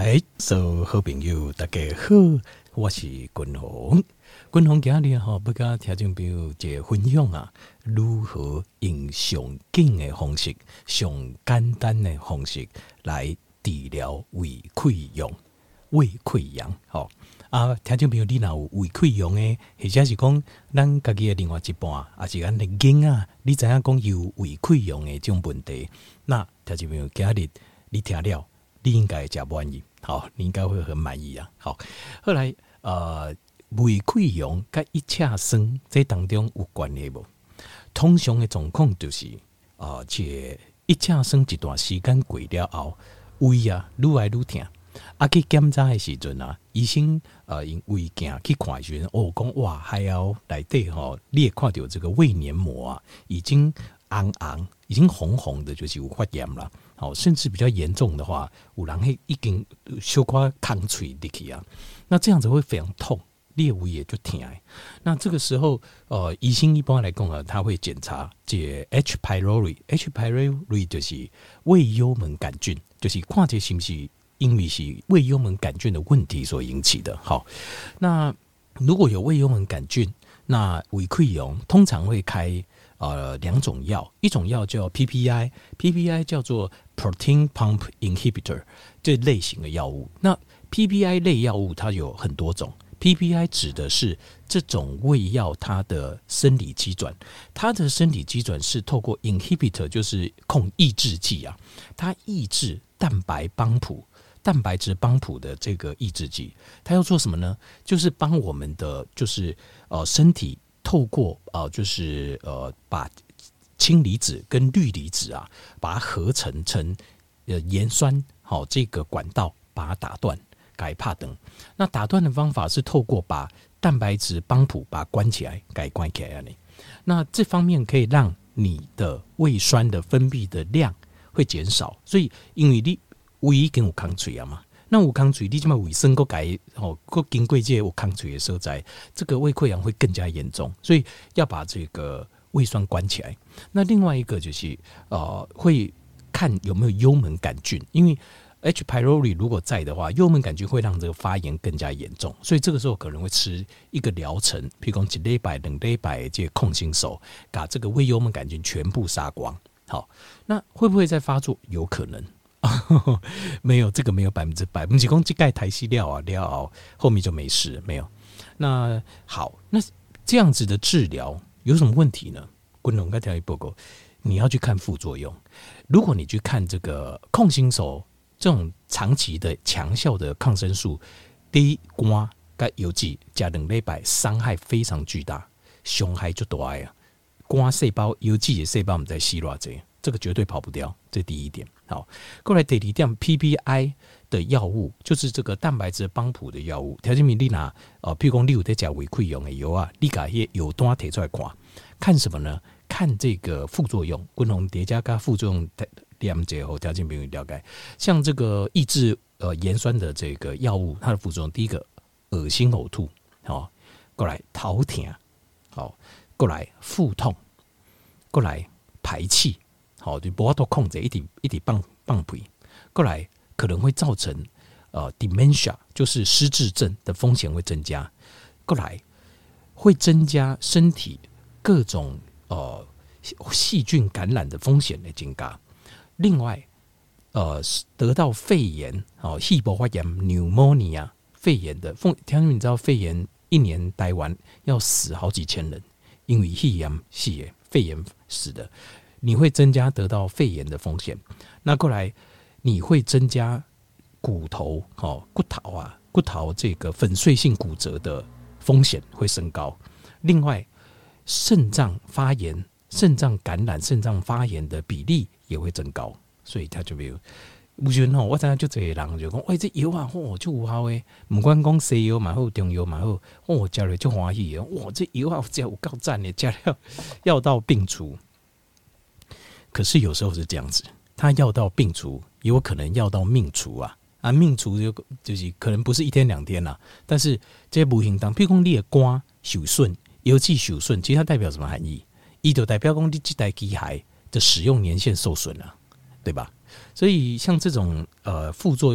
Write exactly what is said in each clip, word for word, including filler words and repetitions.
哎，所有好朋友大家好，我是君鸿。君鸿今日吼要甲听众朋友一个分享啊，如何用上紧的方式、上简单的方式来治疗胃溃疡、胃溃疡。吼啊，听众朋友，你若有胃溃疡的，或者是讲咱家己的另外一半，也是咱的囡仔，你知影讲有胃溃疡的这种问题，那听众朋友今日你听了，你应该真满意。好，你应该会很满意啊。好，后来呃，胃溃疡跟一恰生这当中有关系无？通常的状况就是呃，这一恰生一段时间过了后，胃啊愈来愈痛。啊，去检查的时阵啊，医生呃用胃镜去看的时阵，哦，讲哇，还要内底吼，你会看到这个胃黏膜啊，已经红红，已经红红的，就是有发炎了。好，甚至比较严重的话，有人会已经小可空嘴入去啊，那这样子会非常痛，裂胃也就痛。那这个时候，呃，医生一般来讲啊，他会检查这 H. pylori，H. pylori 就是胃幽门杆菌，就是看这是不是因为是胃幽门杆菌的问题所引起的。好，那如果有胃幽门杆菌，那胃溃疡通常会开呃两种药，一种药叫 P P I，P P I 叫做 Protein Pump Inhibitor 这类型的药物。那 P P I 类药物它有很多种 ，P P I 指的是这种胃药它的生理机转，它的生理机转是透过 inhibitor 就是控抑制剂啊，它抑制蛋白帮谱。蛋白质帮谱的这个抑制剂，它要做什么呢？就是帮我们的就是呃身体透过呃就是呃把氢离子跟氯离子啊，把它合成成呃盐酸，好、哦、这个管道把它打断，改帕等。那打断的方法是透过把蛋白质帮谱把它关起来，改关起来。那这方面可以让你的胃酸的分泌的量会减少，所以因为你胃已经有空嘴啊嘛，那有空嘴，你即马胃酸个改哦，个经过这有空嘴的所在，这个胃溃疡会更加严重，所以要把这个胃酸关起来。那另外一个就是呃，会看有没有幽门杆菌，因为 H. pylori 如果在的话，幽门杆菌会让这个发炎更加严重，所以这个时候可能会吃一个疗程，譬如讲一礼拜、两礼拜这控心手，把这个胃幽门杆菌全部杀光。好，那会不会再发作？有可能。没有，这个没有百分之百，不是讲这盖台西料啊料后面就没事，没有。那好，那这样子的治疗有什么问题呢？滚龙跟条一报告，你要去看副作用。如果你去看这个控心手这种长期的强效的抗生素，第一肝跟邮寄加两礼拜，伤害非常巨大，伤害就大啊！肝细胞、邮寄的细胞我们在吸偌济。这个绝对跑不掉，这第一点。好，过来第二点 ，P P I 的药物就是这个蛋白质帮谱的药物。条件米你拿呃，譬如讲你有在吃胃溃疡的药啊，你把些药单提出来看，看什么呢？看这个副作用，共同叠加跟副作用了解后，条件米了解。像这个抑制呃盐酸的这个药物，它的副作用，第一个恶心呕吐，好，过来头痛，好，过来腹痛，过来排气。好，就不要多控制，一直一直放放屁，过来可能会造成呃 dementia， 就是失智症的风险会增加，过来会增加身体各种呃细菌感染的风险的增加。另外，呃，得到肺炎哦，细胞发炎 pneumonia 肺炎的风，听你知道肺炎一年台湾要死好几千人，因为肺炎是肺炎死的。你会增加得到肺炎的风险，那过来你会增加骨头、哦、骨头啊、骨头这个粉碎性骨折的风险会升高。另外，肾脏发炎、肾脏感染、肾脏发炎的比例也会增高。所以他就没有，有时候我知道就这些人就讲，喂，这药啊，哦，就有效诶，不管讲西药嘛好，中药嘛好，哦，吃了就欢喜的，哇，这药啊，这有够赞的，吃了药到病除。可是有时候是这样子，他药到病除，也有可能药到命除啊！啊，命除就就是可能不是一天两天啦、啊，但是这些无形当，譬如讲你的肝受损、邮寄受损，其实它代表什么含义？它就代表讲你这台机械的使用年限受损了、啊，对吧？所以像这种呃副作用，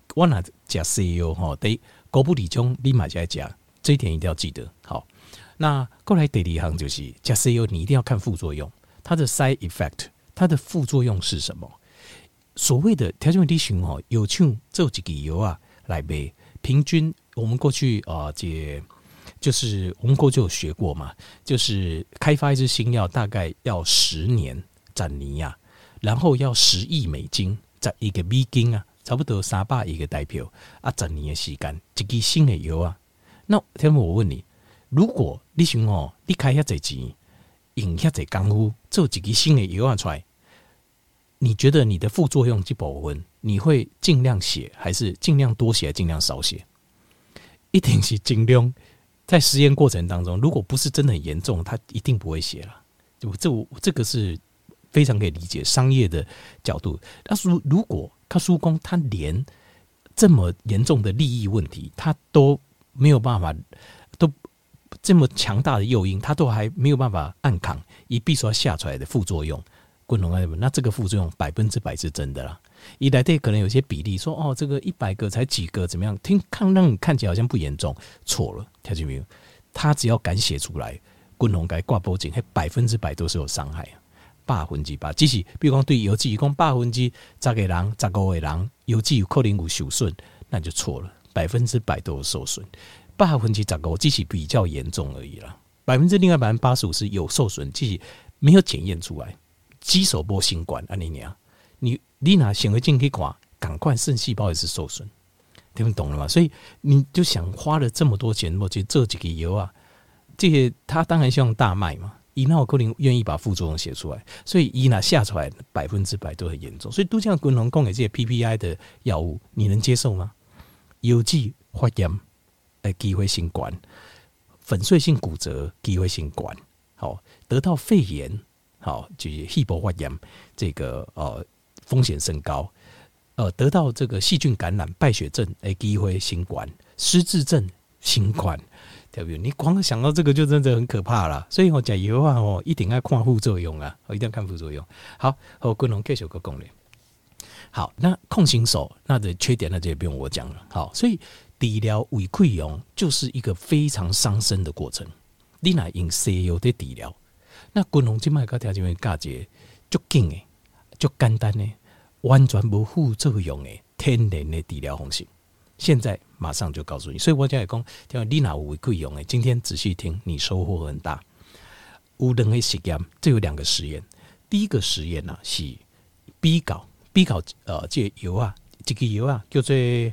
我哪吃西药哈，得狗不理中立马就来讲，这一点一定要记得。好，那过来第二行就是吃西药，你一定要看副作用，它的 side effect， 它的副作用是什么？所谓的条件问题型哦，有像这几个药啊来卖，平均我们过去啊这。就是我们过去有学过嘛，就是开发一支新药大概要十年展尼亚，然后要十亿美金，在一个美金啊，差不多三百亿个代表啊，展年的时间，一支新的药啊。那天我问你，如果你想哦，你开遐侪钱，用遐侪功夫做一支新的药啊出来，你觉得你的副作用这部分，你会尽量写，还是尽量多写，尽量少写？一定是尽量。在实验过程当中，如果不是真的很严重，他一定不会写了。就这，这个是非常可以理解商业的角度。但是如果他叔公他连这么严重的利益问题，他都没有办法，都这么强大的诱因，他都还没有办法按扛，以必须要下出来的副作用，那这个副作用百分之百是真的啦。一来对可能有些比例说哦，这个一百个才几个怎么样？听看让你看起来好像不严重，错了，听清没有？他只要敢写出来，滚龙该挂报警，还百分之百都是有伤害啊，百分之百。只是比如讲对邮寄，讲百分之十个人、十五个人邮寄有可能有受损，那就错了，百分之百都有受损。百分之十五只是比较严重而已啦，百分之另外百分之八十五是有受损，只是没有检验出来，肌手波新冠安尼样。你你拿显微镜去看，赶快肾细胞也是受损，听不懂了吗？所以你就想花了这么多钱，我觉得这几个油啊，这些他当然希望大卖嘛。伊那可能愿意把副作用写出来，所以伊那下出来百分之百都很严重。所以都这样共同供给这些 P P I 的药物，你能接受吗？邮寄发炎，诶，机会性管，粉碎性骨折，机会性管，好，得到肺炎，好，就是细胞发炎，这个呃。风险升高，呃，得到这个细菌感染、败血症，诶，机会新冠、失智症、新冠，对不对？你光想到这个就真的很可怕了。所以我讲油啊，哦，一定要看副作用啊，我一定要看副作用。好，和昆龙继续个攻略。好，那控型手那的缺点那就不用我讲了。好，所以治疗胃溃疡就是一个非常伤身的过程。你若用西药的治疗，那昆龙今麦个条件会加节就紧诶，就简单诶。完全无副作用的天然的治疗方式，现在马上就告诉你。所以我才讲，你哪有胃溃疡的，今天仔细听，你收获很大。有两个实验，这有两个实验。第一个实验呢、啊、是比较比较呃，这个油啊，这个油啊叫做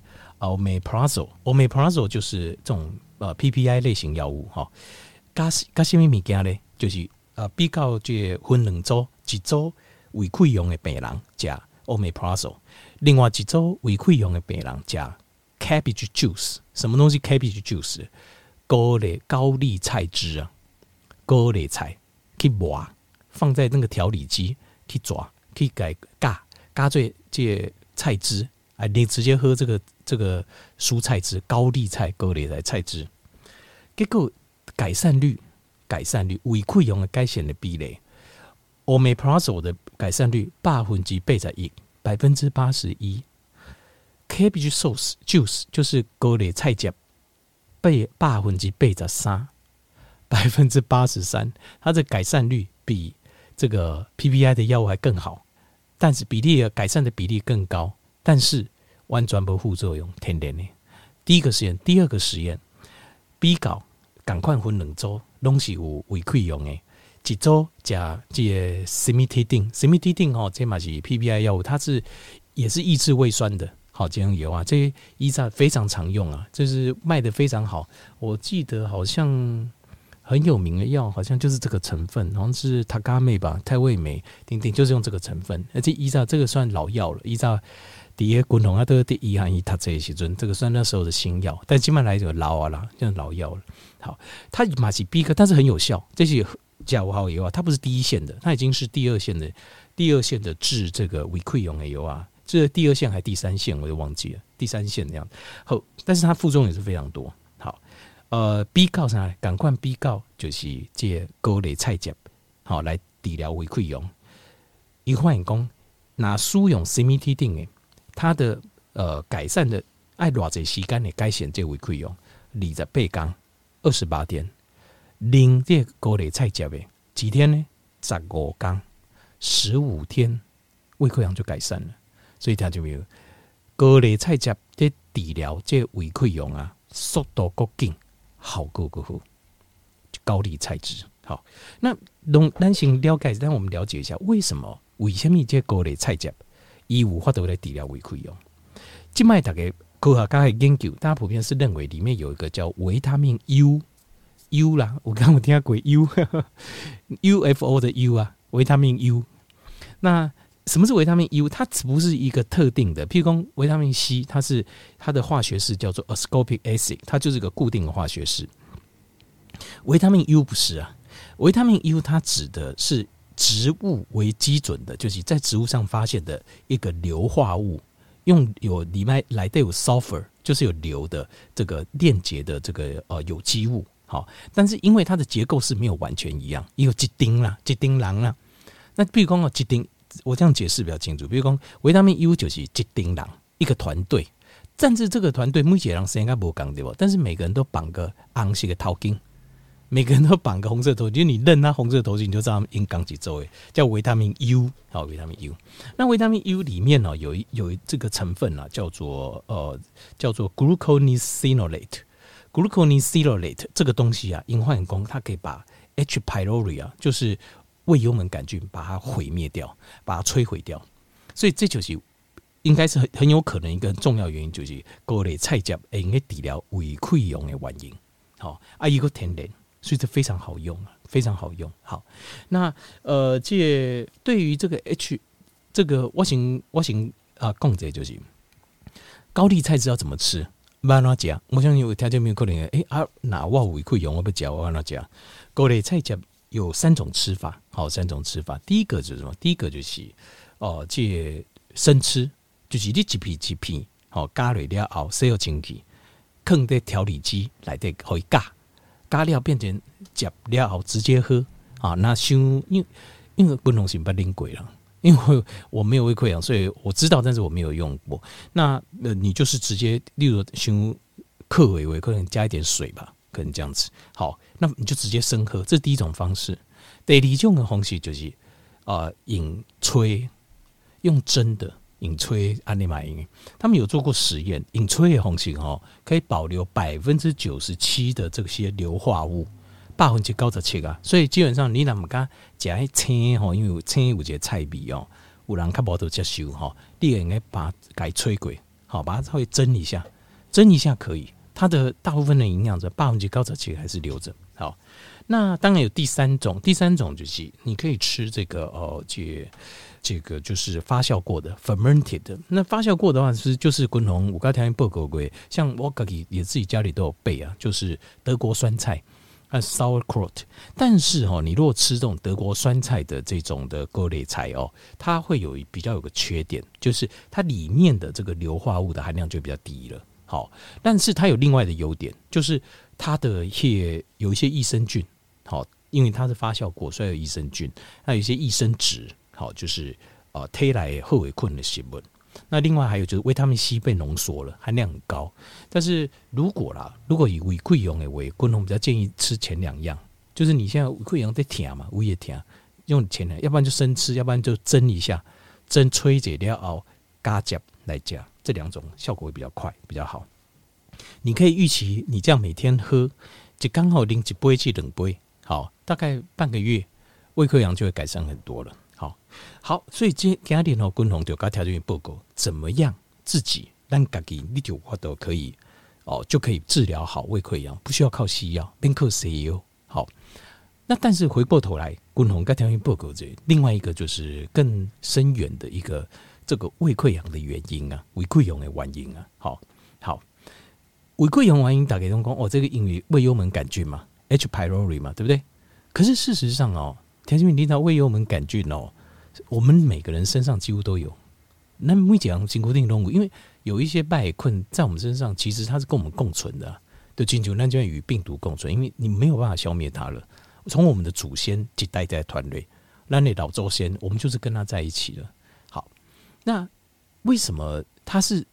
Omeprazole，Omeprazole 就是这种呃 P P I 类型药物哈。加加什么物件呢？就是呃比较这分两组，一组胃溃疡的病人吃Omeprazole， 另外一组胃溃疡的病人加 cabbage juice， 什么东西 cabbage juice？ 高丽高丽菜汁啊，高丽菜去磨，放在那个调理机去抓，去改加加做这菜汁啊，你直接喝这个这个蔬菜汁，高丽菜高丽菜菜汁，结果改善率改善率胃溃疡的改善的比例。Omeprazole 的改善率百分之八十一，百分之八十一。Cabbage sauce juice 就是高丽菜汁，被百分之八十三，百分之八十三。它的改善率比这个 P P I 的药物还更好，但是比例改善的比例更高，但是完全无副作用，天然的。第一个实验，第二个实验，比较赶快分两组，拢是有胃溃疡的。一组加这个 Cimetidine，Cimetidine 哦，这嘛是 P P I 药物，它是也是抑制胃酸的，好这样油啊，这依照非常常用啊，这是卖的非常好。我记得好像很有名的药，好像就是这个成分，好像是塔嘎妹吧，泰味美，顶顶就是用这个成分，而且依照这个算老药了，依照第一滚红啊，都第一含一塔这些时阵，这个算那时候的新药，但基本上来讲老啊啦，像老药了。好，它嘛是 B 个，但是很有效，这些。甲五号油啊，它不是第一线的，它已经是第二线的，第二线的治这个胃溃疡的油啊，这第二线还第三线我就忘记了，第三线这样。好，但是它副作用也是非常多。好，呃，比较啥？赶快比较就是这高丽菜汁，好来治疗胃溃疡。一换讲，拿输用 Cimetidine 的，它的呃改善的爱偌济时间的改善这胃溃疡，二十八天二十八天，零这高丽菜汁的几天呢？十五天十五天，胃溃疡就改善了。所以听到没有？高丽菜汁在治疗这胃溃疡啊，速度够紧，效果够好。高丽菜汁好，那龙咱先了解，但我们了解一下为什么为什么这高丽菜汁伊有法度来治疗胃溃疡？即卖大家科学家的研究，大家普遍是认为里面有一个叫维他命 U U 啦，我刚刚有听过 U U F O 的 U 啊，维他命 U。那什么是维他命 U？ 它不是一个特定的，譬如说维他命 C， 它是它的化学式叫做 ascorbic acid， 它就是个固定的化学式。维他命 U 不是啊，维他命 U 它指的是植物为基准的，就是在植物上发现的一个硫化物，用有里面来带有 sulfur， 就是有硫的这个链结的这个呃有机物。好，但是因为它的结构是没有完全一样，也有一丁啦，一丁狼啦。那比如说一丁，我这样解释比较清楚。比如说维他命 U 就是一丁狼，一个团队，但是这个团队每一个人声音不同对不？但是每个人都绑个红色的头巾。每个人都绑个红色头巾，你认他红色头巾，你就知道他们因钢几周诶，叫维他命 U， 好，维他命 U。那维他命 U 里面呢、喔、有一有这个成分啊，叫做呃叫做 gluconesilolate。gluconesilolate 这个东西啊，因化工它可以把 H. pylori 啊，就是胃幽门杆菌，把它毁灭掉，把它摧毁掉。所以这就是应该是很很有可能一个很重要原因，就是高丽菜汁会用来治疗胃溃疡的原因。好，啊，一个天然。所以这非常好用，非常好用。好，那呃，这对于这个 H 这个我想我想啊，讲这就是高丽菜汁要怎么吃，要怎吃？我相信有听众没有可能诶、欸、啊，那我胃溃疡我不吃，我怎吃？高丽菜汁有三种吃法，好，三种吃法。第一个就是什么？第一个就是哦、呃，这生吃，就是你一片一片，好加入了后，洗好清气，放在调理机内底可以加。加料变成汁了后直接喝啊，那伤因为因为滚龙是不啉过了，因为我没有胃溃疡，所以我知道，但是我没有用过。那呃，你就是直接，例如伤克维维，可能加一点水吧，可能这样子。好，那你就直接生喝，这是第一种方式。第二种的方式就是啊，用吹，用蒸的。引吹安利买因，他们有做过实验，引吹的方式哦，可以保留百分之九十七的这些硫化物，百分之九十七啊。所以基本上你若唔敢食迄青吼，因为有青有一个菜味哦，有人较无得接受吼，你应该把它改吹过，好，把它稍微蒸一下，蒸一下可以，它的大部分的营养在百分之九十七还是留着。好，那当然有第三种，第三种就是你可以吃这个哦，这。这个就是发酵过的 fermented 的，那发酵过的话是就是滚红，我刚才报告过，像我自己也自己家里都有备啊，就是德国酸菜啊 sauerkraut。但是哦，你如果吃这种德国酸菜的这种的高丽菜哦，它会有比较有个缺点，就是它里面的这个硫化物的含量就比较低了。好，但是它有另外的优点，就是它的一些有一些益生菌，好，因为它是发酵过，所以有益生菌，还有一些益生质。好，就是呃，推来后尾困的食物。那另外还有就是维他命 C 被浓缩了，含量很高。但是如果啦，如果以胃溃疡的为，滚龙比较建议吃前两样，就是你现在胃溃疡在甜嘛，胃也甜，用前两，要不然就生吃，要不然就蒸一下，蒸吹解了后加汁来加，这两种效果会比较快，比较好。你可以预期你这样每天喝，就刚好啉一杯至两杯，好，大概半个月，胃溃疡就会改善很多了。好，好，所以今天今日吼，滚龙就甲条件报告，怎么样自己咱自己你就我都可以哦，就可以治疗好胃溃疡，不需要靠西药，边靠西药。好，那但是回过头来，滚龙甲条件报告这另外一个就是更深远的一个这个胃溃疡的原因啊，胃溃疡的原因啊。好，好，胃溃疡原因大家都讲哦，这个因为胃幽门杆菌嘛 ，H. pylori 嘛，对不对？可是事实上哦。田心敏听到胃幽门杆菌哦，我们每个人身上几乎都有。那每几样辛苦定动物，因为有一些败困在我们身上，其实它是跟我们共存的、啊，对，进球那就与病毒共存，因为你没有办法消灭它了。从我们的祖先几代代团队，那你老祖先，我们就是跟他在一起了。好，那为什么它是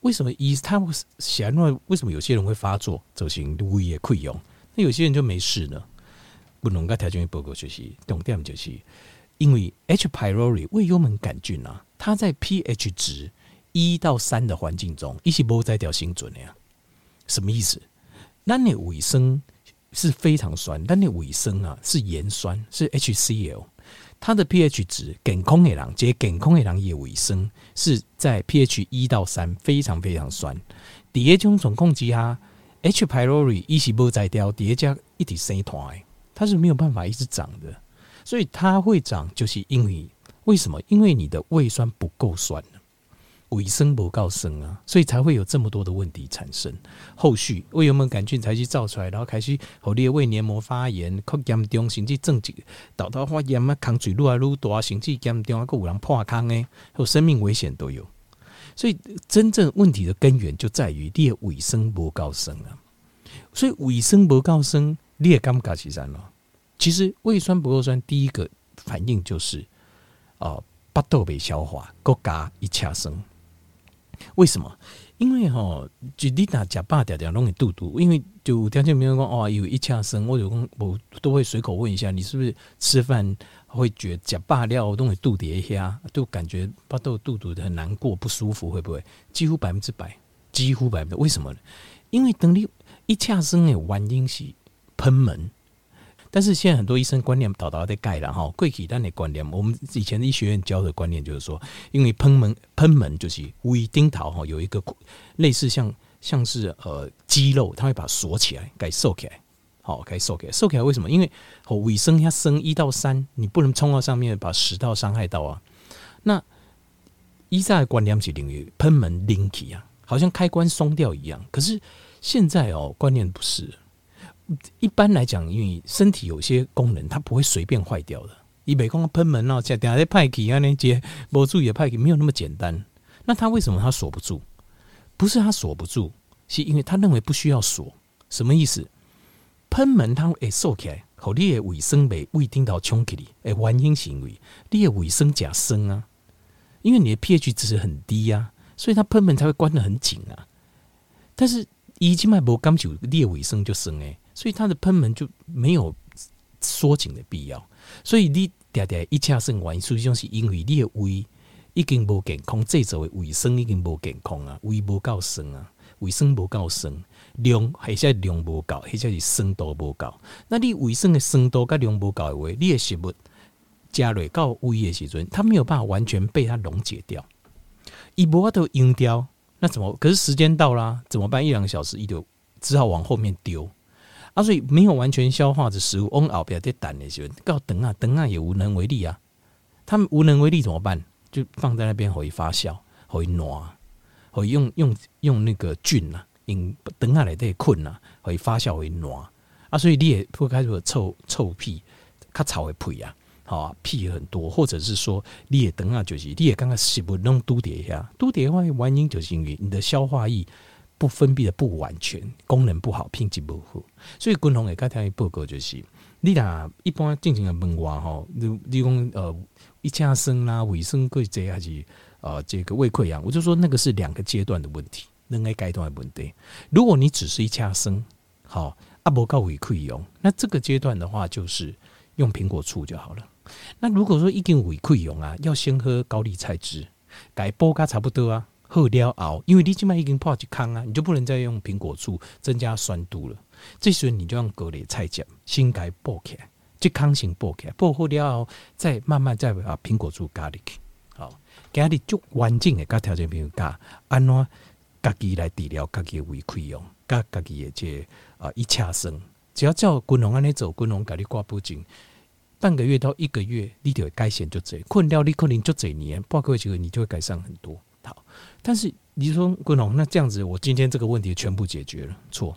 为什么医他会显然为什么有些人会发作，走行胃也溃疡，那有些人就没事呢？不能跟条件报告就是重点就是，因为 H. pylori 胃幽门杆菌啊，它在 pH 值一到三的环境中，一是无在条心准的呀。什么意思？咱的胃酸是非常酸，咱的胃酸啊是盐酸，是 HCl。它的 pH 值，健康的人，这健康的人也胃酸是在 pH 一到三，非常非常酸。在这种状况之下 ，H. pylori 一是无在掉，在这一直生团，它是没有办法一直长的，所以它会长，就是因为为什么？因为你的胃酸不够酸。胃酸不够酸啊，所以才会有这么多的问题产生。后续胃幽门杆菌才去造出来，然后开始让你的胃黏膜发炎，较严重，甚至症状导到发炎啊，空水愈来愈大，甚至严重啊，还有人破空的，有生命危险都有。所以真正问题的根源就在于你的胃酸不够酸啊。所以胃酸不够酸，你的感觉是啥呢？其实胃酸不够酸，第一个反应就是啊，巴肚未消化，搁加一恰酸。为什么？因为吼，就你若食饱常常拢会肚肚，因为就条件没有讲哦，有一恰生，我就讲我都会随口问一下，你是不是吃饭会觉得食饱了都会肚跌一下，就感觉巴肚肚肚很难过不舒服，会不会？几乎百分之百，几乎百分之百。为什么呢？因为等你一恰生的原因是喷门。但是现在很多医生观念导导在改了哈，过去咱的观念，我们以前的医学院教的观念就是说，因为喷门喷门就是胃顶头哈有一个类似像像是呃肌肉，它会把它锁起来，给收起来，好，给收起来，收起来为什么？因为哦胃酸它升一到三，你不能冲到上面把食道伤害到啊。那医生的观念是领域喷门拎起啊，好像开关松掉一样。可是现在哦观念不是。一般来讲，因为身体有些功能它不会随便坏掉的。以北光喷门啊，等下在派气啊那些没注意的派气没有那么简单。那他为什么他锁不住？不是他锁不住，是因为他认为不需要锁。什么意思？喷门它会收起来，让你的胃酸被胃顶头冲起来，原因是因为你的胃酸加酸啊，因为你的 pH 值很低啊，所以它喷门才会关得很紧啊。但是已经卖无感受你的胃酸就酸诶。所以它的喷门就没有缩紧的必要，所以你常常一恰生完，实际上是因为你的胃已经无健康，制造的胃酸已经无健康啊，胃无够酸啊，胃酸无够酸，量或者量无够，或者是酸度无够。那你胃酸的酸度跟量无够的话，你的食物加入到胃的时阵，它没有办法完全被它溶解掉，伊无法度用掉，那怎么？可是时间到啦，怎么办？一两个小时，伊就只好往后面丢。啊，所以没有完全消化的食物，往后边在等的时候，到等啊等啊也无能为力啊。他们无能为力怎么办？就放在那边可以发酵，可以暖，可以用用用那个菌啊，用等下来在困啊，可以发酵可以暖啊。所以你也会开始有臭臭屁，较臭的屁啊，好啊，屁很多，或者是说你也等下就是你也刚刚食物弄肚底下，肚底的话原因就是因为你的消化液。不分泌的不完全，功能不好，品质不好，所以均衡的该条报告就是，你若一般进行的问话吼，你你讲呃一恰生啦、胃酸过多还是呃这个胃溃疡，我就说那个是两个阶段的问题，两个阶段的问题。如果你只是一恰生，好啊无够胃溃疡，那这个阶段的话就是用苹果醋就好了。那如果说已经胃溃疡啊，要先喝高丽菜汁，该煲咖差不多啊。喝了后，因为你现在已经泡一坑啊，你就不能再用苹果醋增加酸度了。这时候你就用高丽菜汁先给它煲起来，这坑先煲起来，煲好了后，再慢慢再把苹果醋加入去。好，今日足完整的甲条件朋友教，安怎家己来治疗家己的胃溃疡，甲家己的这啊一恰生，只要照均衡安尼做，均衡给你挂保证，半个月到一个月，你就会改善就这，困了你可能就这年，半个月之后你就会改善很多。好，但是你说滚龙，那这样子，我今天这个问题全部解决了？错，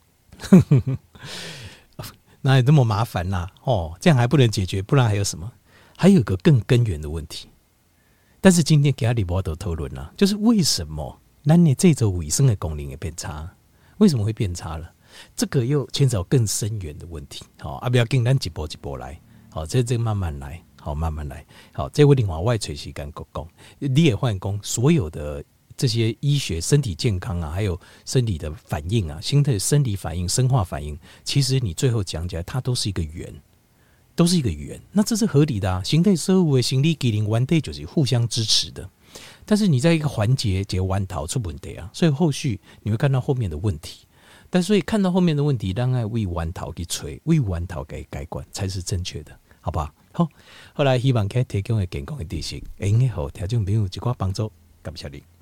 哪有这么麻烦啦、啊？哦，这样还不能解决，不然还有什么？还有一个更根源的问题。但是今天给阿里波德讨论啦，就是为什么那你这周尾声的功能也变差？为什么会变差了？这个又牵扯到更深远的问题。好、哦，啊，不要跟咱一波一波来，好、哦，这这慢慢来。好，慢慢来。好，这位另外外垂时间讲讲，你也换工所有的这些医学、身体健康啊，还有身体的反应啊，心态、生理反应、生化反应，其实你最后讲起来，它都是一个圆，都是一个圆。那这是合理的啊。心态生物的心理机能完对就是互相支持的。但是你在一个环节结弯逃出问题啊，所以后续你会看到后面的问题。但所以看到后面的问题，让爱为弯逃去吹，为弯逃给改观才是正确的，好不好？好，后来希望可以提供的健康的知识，会用好听众朋友一寡帮助，感谢你。